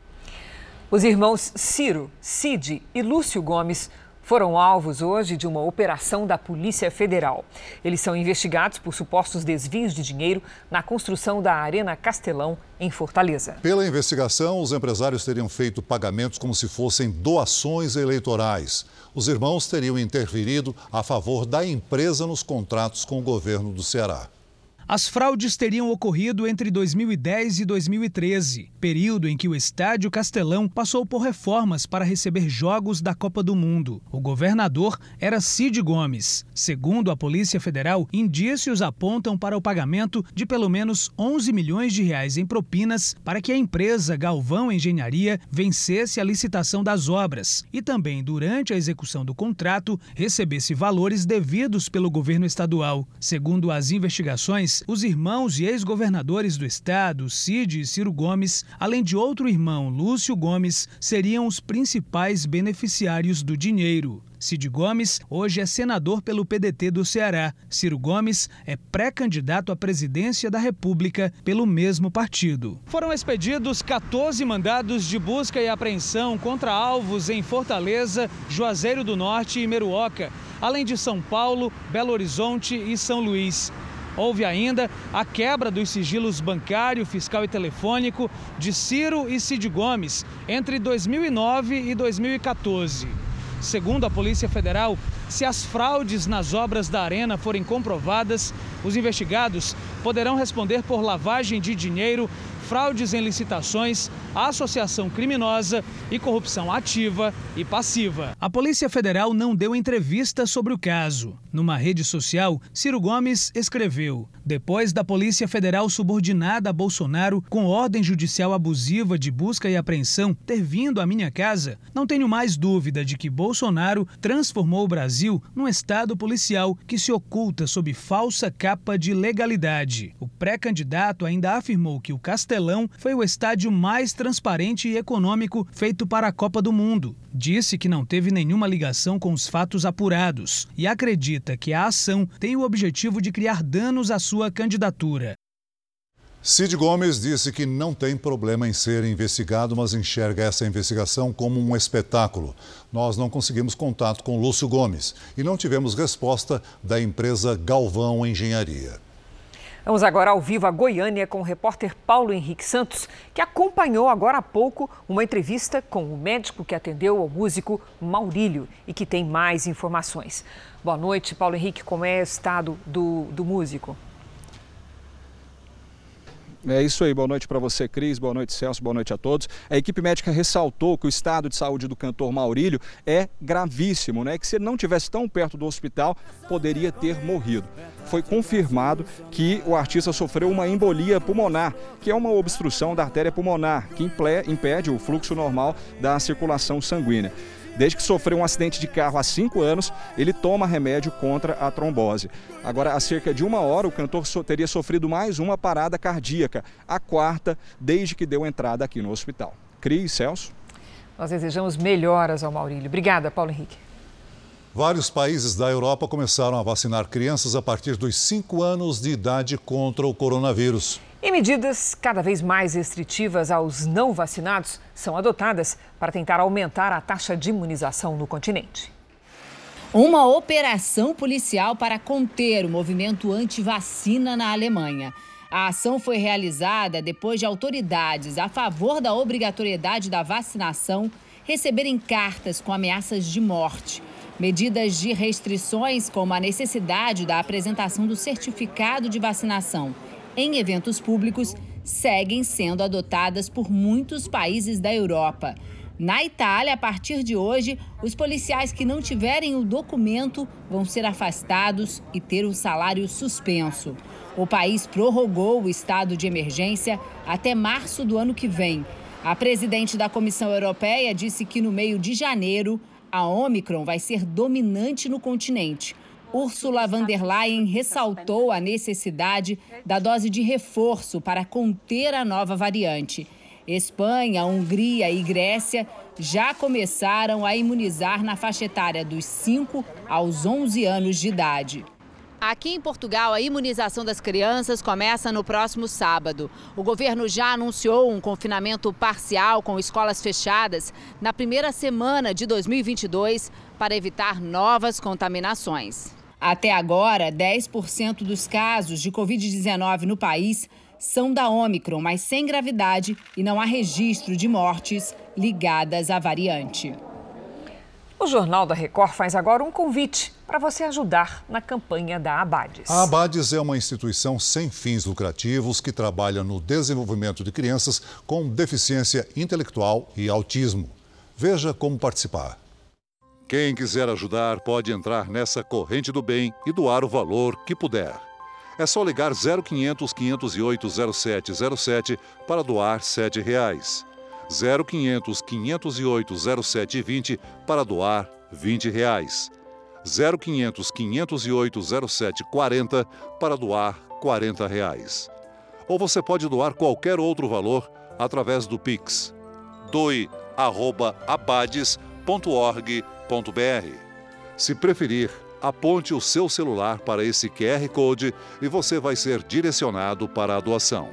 Os irmãos Ciro, Cid e Lúcio Gomes foram alvos hoje de uma operação da Polícia Federal. Eles são investigados por supostos desvios de dinheiro na construção da Arena Castelão, em Fortaleza. Pela investigação, os empresários teriam feito pagamentos como se fossem doações eleitorais. Os irmãos teriam interferido a favor da empresa nos contratos com o governo do Ceará. As fraudes teriam ocorrido entre dois mil e dez e dois mil e treze, período em que o Estádio Castelão passou por reformas para receber jogos da Copa do Mundo. O governador era Cid Gomes. Segundo a Polícia Federal, indícios apontam para o pagamento de pelo menos onze milhões de reais em propinas para que a empresa Galvão Engenharia vencesse a licitação das obras e também, durante a execução do contrato, recebesse valores devidos pelo governo estadual. Segundo as investigações, os irmãos e ex-governadores do estado, Cid e Ciro Gomes, além de outro irmão, Lúcio Gomes, seriam os principais beneficiários do dinheiro. Cid Gomes hoje é senador pelo P D T do Ceará. Ciro Gomes é pré-candidato à presidência da República pelo mesmo partido. Foram expedidos quatorze mandados de busca e apreensão contra alvos em Fortaleza, Juazeiro do Norte e Meruoca, além de São Paulo, Belo Horizonte e São Luís. Houve ainda a quebra dos sigilos bancário, fiscal e telefônico de Ciro e Cid Gomes entre dois mil e nove e dois mil e quatorze. Segundo a Polícia Federal, se as fraudes nas obras da Arena forem comprovadas, os investigados poderão responder por lavagem de dinheiro, fraudes em licitações, associação criminosa e corrupção ativa e passiva. A Polícia Federal não deu entrevista sobre o caso. Numa rede social, Ciro Gomes escreveu: depois da Polícia Federal subordinada a Bolsonaro com ordem judicial abusiva de busca e apreensão ter vindo à minha casa, não tenho mais dúvida de que Bolsonaro transformou o Brasil num estado policial que se oculta sob falsa capa de legalidade. O pré-candidato ainda afirmou que o Castelão foi o estádio mais transparente e econômico feito para a Copa do Mundo. Disse que não teve nenhuma ligação com os fatos apurados e acredita que a ação tem o objetivo de criar danos à sua candidatura. Cid Gomes disse que não tem problema em ser investigado, mas enxerga essa investigação como um espetáculo. Nós não conseguimos contato com Lúcio Gomes e não tivemos resposta da empresa Galvão Engenharia. Vamos agora ao vivo a Goiânia com o repórter Paulo Henrique Santos, que acompanhou agora há pouco uma entrevista com o médico que atendeu ao músico Maurílio e que tem mais informações. Boa noite, Paulo Henrique. Como é o estado do, do músico? É isso aí, boa noite para você, Cris, boa noite, Celso, boa noite a todos. A equipe médica ressaltou que o estado de saúde do cantor Maurílio é gravíssimo, né? Que se ele não estivesse tão perto do hospital, poderia ter morrido. Foi confirmado que o artista sofreu uma embolia pulmonar, que é uma obstrução da artéria pulmonar, que impede o fluxo normal da circulação sanguínea. Desde que sofreu um acidente de carro há cinco anos, ele toma remédio contra a trombose. Agora, há cerca de uma hora, o cantor teria sofrido mais uma parada cardíaca, a quarta desde que deu entrada aqui no hospital. Cris, Celso. Nós desejamos melhoras ao Maurílio. Obrigada, Paulo Henrique. Vários países da Europa começaram a vacinar crianças a partir dos cinco anos de idade contra o coronavírus. E medidas cada vez mais restritivas aos não vacinados são adotadas para tentar aumentar a taxa de imunização no continente. Uma operação policial para conter o movimento anti-vacina na Alemanha. A ação foi realizada depois de autoridades a favor da obrigatoriedade da vacinação receberem cartas com ameaças de morte. Medidas de restrições, como a necessidade da apresentação do certificado de vacinação em eventos públicos, seguem sendo adotadas por muitos países da Europa. Na Itália, a partir de hoje, os policiais que não tiverem o documento vão ser afastados e ter o salário suspenso. O país prorrogou o estado de emergência até março do ano que vem. A presidente da Comissão Europeia disse que no meio de janeiro, a Ômicron vai ser dominante no continente. Ursula von der Leyen ressaltou a necessidade da dose de reforço para conter a nova variante. Espanha, Hungria e Grécia já começaram a imunizar na faixa etária dos cinco aos onze anos de idade. Aqui em Portugal, a imunização das crianças começa no próximo sábado. O governo já anunciou um confinamento parcial com escolas fechadas na primeira semana de dois mil e vinte e dois para evitar novas contaminações. Até agora, dez por cento dos casos de covid dezenove no país são da Ômicron, mas sem gravidade, e não há registro de mortes ligadas à variante. O Jornal da Record faz agora um convite para você ajudar na campanha da Abades. A Abades é uma instituição sem fins lucrativos que trabalha no desenvolvimento de crianças com deficiência intelectual e autismo. Veja como participar. Quem quiser ajudar pode entrar nessa corrente do bem e doar o valor que puder. É só ligar zero quinhentos, quinhentos e oito, zero sete zero sete para doar sete reais. zero quinhentos, quinhentos e oito, zero sete vinte para doar vinte reais. zero quinhentos, quinhentos e oito, zero sete quarenta para doar quarenta reais. Ou você pode doar qualquer outro valor através do Pix. doe arroba abades ponto org ponto br. Se preferir, aponte o seu celular para esse Q R Code e você vai ser direcionado para a doação.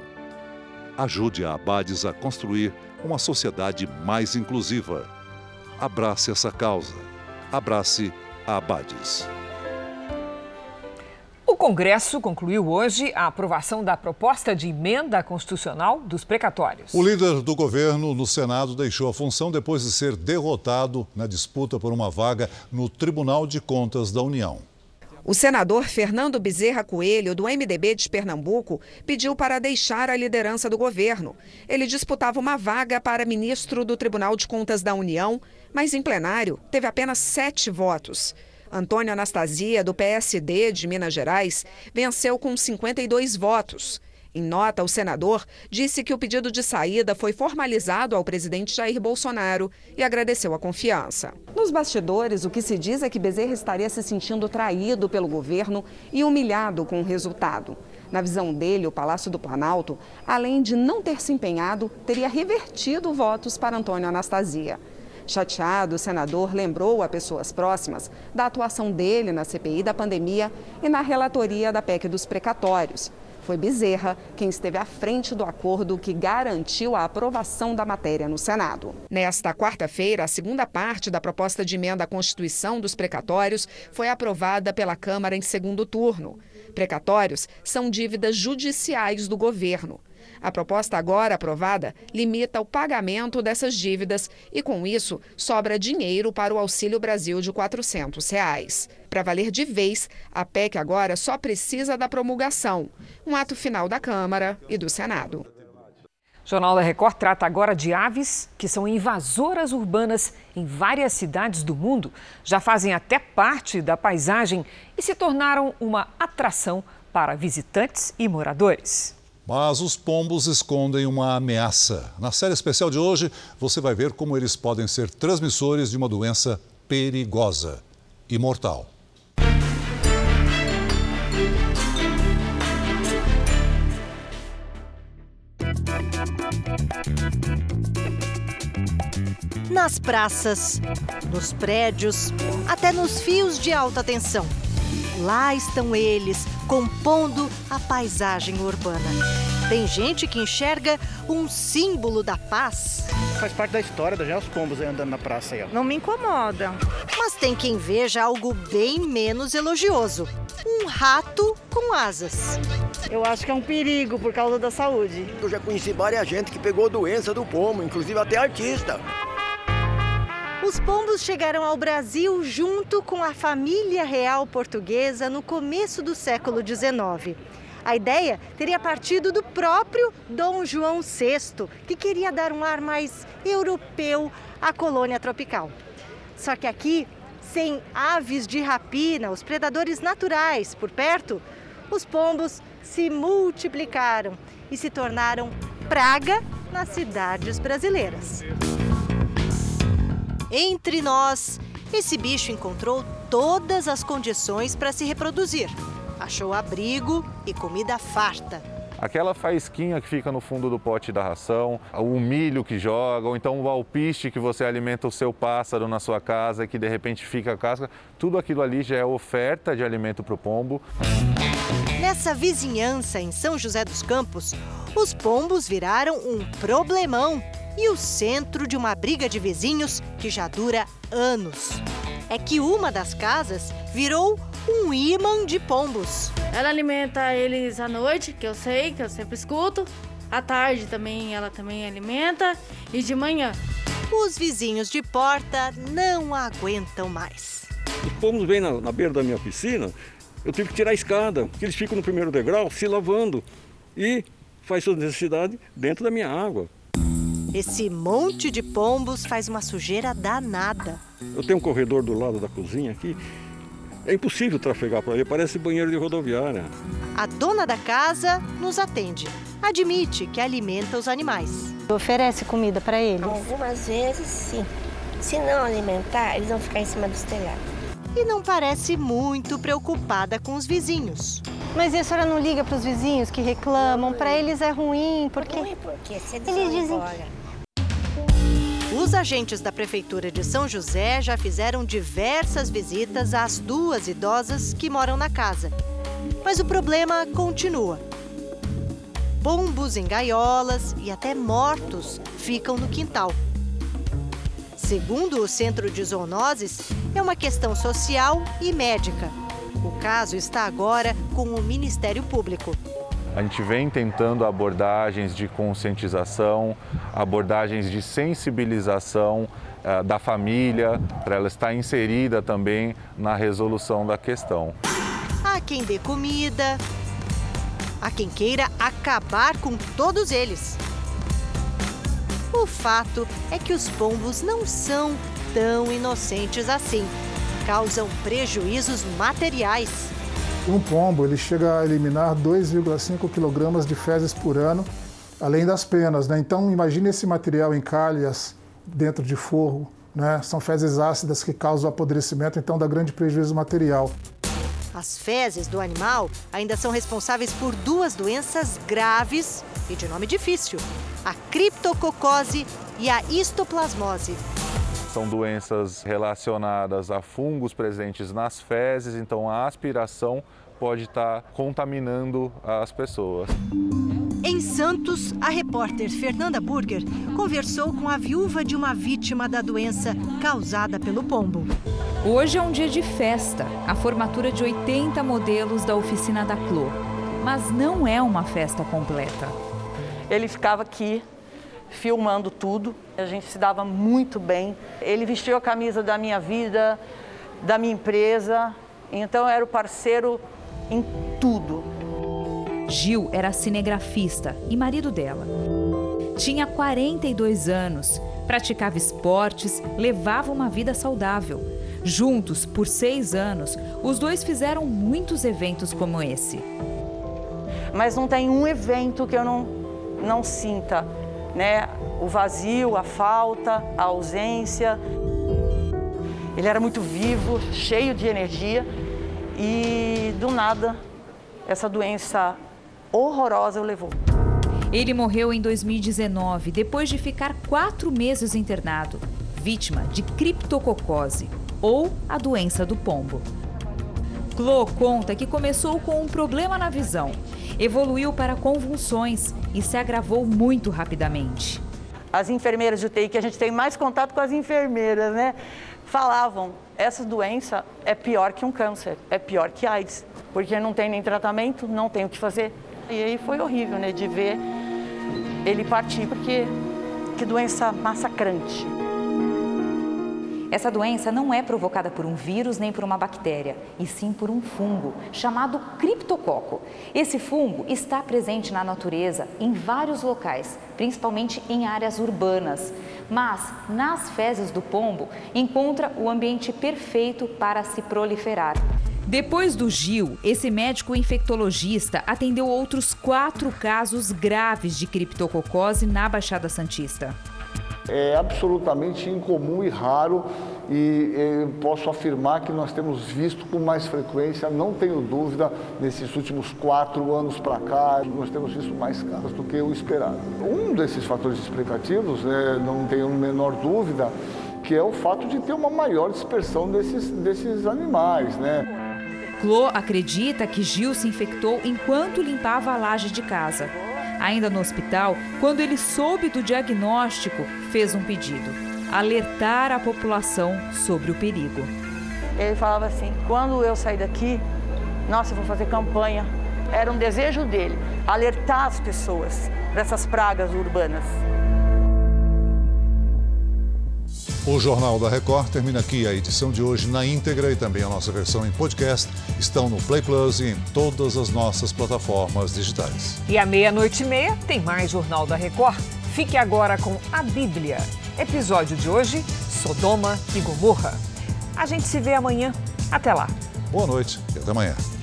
Ajude a Abades a construir uma sociedade mais inclusiva. Abrace essa causa. Abrace a Abades. O Congresso concluiu hoje a aprovação da proposta de emenda constitucional dos precatórios. O líder do governo no Senado deixou a função depois de ser derrotado na disputa por uma vaga no Tribunal de Contas da União. O senador Fernando Bezerra Coelho, do M D B de Pernambuco, pediu para deixar a liderança do governo. Ele disputava uma vaga para ministro do Tribunal de Contas da União, mas em plenário teve apenas sete votos. Antônio Anastasia, do P S D de Minas Gerais, venceu com cinquenta e dois votos. Em nota, o senador disse que o pedido de saída foi formalizado ao presidente Jair Bolsonaro e agradeceu a confiança. Nos bastidores, o que se diz é que Bezerra estaria se sentindo traído pelo governo e humilhado com o resultado. Na visão dele, o Palácio do Planalto, além de não ter se empenhado, teria revertido votos para Antônio Anastasia. Chateado, o senador lembrou a pessoas próximas da atuação dele na C P I da pandemia e na relatoria da P E C dos precatórios. Foi Bezerra quem esteve à frente do acordo que garantiu a aprovação da matéria no Senado. Nesta quarta-feira, a segunda parte da proposta de emenda à Constituição dos precatórios foi aprovada pela Câmara em segundo turno. Precatórios são dívidas judiciais do governo. A proposta agora aprovada limita o pagamento dessas dívidas e, com isso, sobra dinheiro para o Auxílio Brasil de quatrocentos reais. Para valer de vez, a P E C agora só precisa da promulgação, um ato final da Câmara e do Senado. O Jornal da Record trata agora de aves que são invasoras urbanas em várias cidades do mundo. Já fazem até parte da paisagem e se tornaram uma atração para visitantes e moradores. Mas os pombos escondem uma ameaça. Na série especial de hoje, você vai ver como eles podem ser transmissores de uma doença perigosa e mortal. Nas praças, nos prédios, até nos fios de alta tensão. Lá estão eles, compondo a paisagem urbana. Tem gente que enxerga um símbolo da paz. Faz parte da história, já os pombos aí andando na praça aí, ó. Não me incomoda. Mas tem quem veja algo bem menos elogioso. Um rato com asas. Eu acho que é um perigo por causa da saúde. Eu já conheci várias gente que pegou doença do pombo, inclusive até artista. Os pombos chegaram ao Brasil junto com a família real portuguesa no começo do século dezenove. A ideia teria partido do próprio Dom João sexto, que queria dar um ar mais europeu à colônia tropical. Só que aqui, sem aves de rapina, os predadores naturais por perto, os pombos se multiplicaram e se tornaram praga nas cidades brasileiras. Entre nós, esse bicho encontrou todas as condições para se reproduzir. Achou abrigo e comida farta. Aquela faísquinha que fica no fundo do pote da ração, o milho que joga, ou então o alpiste que você alimenta o seu pássaro na sua casa e que de repente fica a casca, tudo aquilo ali já é oferta de alimento para o pombo. Nessa vizinhança em São José dos Campos, os pombos viraram um problemão e o centro de uma briga de vizinhos que já dura anos. É que uma das casas virou um imã de pombos. Ela alimenta eles à noite, que eu sei, que eu sempre escuto. À tarde também ela também alimenta e de manhã. Os vizinhos de porta não aguentam mais. Os pombos vêm na, na beira da minha piscina, eu tive que tirar a escada, porque eles ficam no primeiro degrau se lavando e faz suas necessidades dentro da minha água. Esse monte de pombos faz uma sujeira danada. Eu tenho um corredor do lado da cozinha aqui. É impossível trafegar por ali, parece banheiro de rodoviária. A dona da casa nos atende. Admite que alimenta os animais. Oferece comida para eles? Algumas vezes, sim. Se não alimentar, eles vão ficar em cima dos telhados. E não parece muito preocupada com os vizinhos. Mas e a senhora não liga para os vizinhos que reclamam? Para eles é ruim, porque... Ruim porque se eles, eles dizem embora. Os agentes da Prefeitura de São José já fizeram diversas visitas às duas idosas que moram na casa. Mas o problema continua. Pombos em gaiolas e até mortos ficam no quintal. Segundo o Centro de Zoonoses, é uma questão social e médica. O caso está agora com o Ministério Público. A gente vem tentando abordagens de conscientização, abordagens de sensibilização uh, da família, para ela estar inserida também na resolução da questão. Há quem dê comida, há quem queira acabar com todos eles. O fato é que os pombos não são tão inocentes assim. Causam prejuízos materiais. Um pombo ele chega a eliminar dois vírgula cinco quilogramas de fezes por ano, além das penas, né? Então imagine esse material em calhas, dentro de forro, né? São fezes ácidas que causam apodrecimento, então dá grande prejuízo material. As fezes do animal ainda são responsáveis por duas doenças graves e de nome difícil: a criptococose e a histoplasmose. São doenças relacionadas a fungos presentes nas fezes, então a aspiração pode estar contaminando as pessoas. Em Santos, a repórter Fernanda Burger conversou com a viúva de uma vítima da doença causada pelo pombo. Hoje é um dia de festa, a formatura de oitenta modelos da oficina da Clô. Mas não é uma festa completa. ele ficava aqui filmando tudo. A gente se dava muito bem. Ele vestiu a camisa da minha vida, da minha empresa, então era o parceiro em tudo. Gil era cinegrafista e marido dela. Tinha quarenta e dois anos, praticava esportes, levava uma vida saudável. Juntos, por seis anos, os dois fizeram muitos eventos como esse. Mas não tem um evento que eu não, não sinta, né? O vazio, a falta, a ausência. Ele era muito vivo, cheio de energia e, do nada, essa doença horrorosa o levou. Ele morreu em dois mil e dezenove, depois de ficar quatro meses internado, vítima de criptococose, ou a doença do pombo. Clô conta que começou com um problema na visão, evoluiu para convulsões e se agravou muito rapidamente. As enfermeiras de U T I, que a gente tem mais contato com as enfermeiras, né? Falavam, essa doença é pior que um câncer, é pior que AIDS, porque não tem nem tratamento, não tem o que fazer. E aí foi horrível, né, de ver ele partir, porque que doença massacrante. Essa doença não é provocada por um vírus nem por uma bactéria, e sim por um fungo chamado criptococo. Esse fungo está presente na natureza em vários locais, principalmente em áreas urbanas. Mas nas fezes do pombo encontra o ambiente perfeito para se proliferar. Depois do Gil, esse médico infectologista atendeu outros quatro casos graves de criptococose na Baixada Santista. É absolutamente incomum e raro e eu posso afirmar que nós temos visto com mais frequência, não tenho dúvida, nesses últimos quatro anos para cá, nós temos visto mais casos do que o esperado. Um desses fatores explicativos, né, não tenho a menor dúvida, que é o fato de ter uma maior dispersão desses, desses animais, né? Clô acredita que Gil se infectou enquanto limpava a laje de casa. Ainda no hospital, quando ele soube do diagnóstico, fez um pedido: alertar a população sobre o perigo. Ele falava assim, quando eu sair daqui, nossa, eu vou fazer campanha. Era um desejo dele, alertar as pessoas dessas pragas urbanas. O Jornal da Record termina aqui. A edição de hoje na íntegra e também a nossa versão em podcast estão no Play Plus e em todas as nossas plataformas digitais. E à meia-noite e meia tem mais Jornal da Record. Fique agora com a Bíblia. Episódio de hoje, Sodoma e Gomorra. A gente se vê amanhã. Até lá. Boa noite e até amanhã.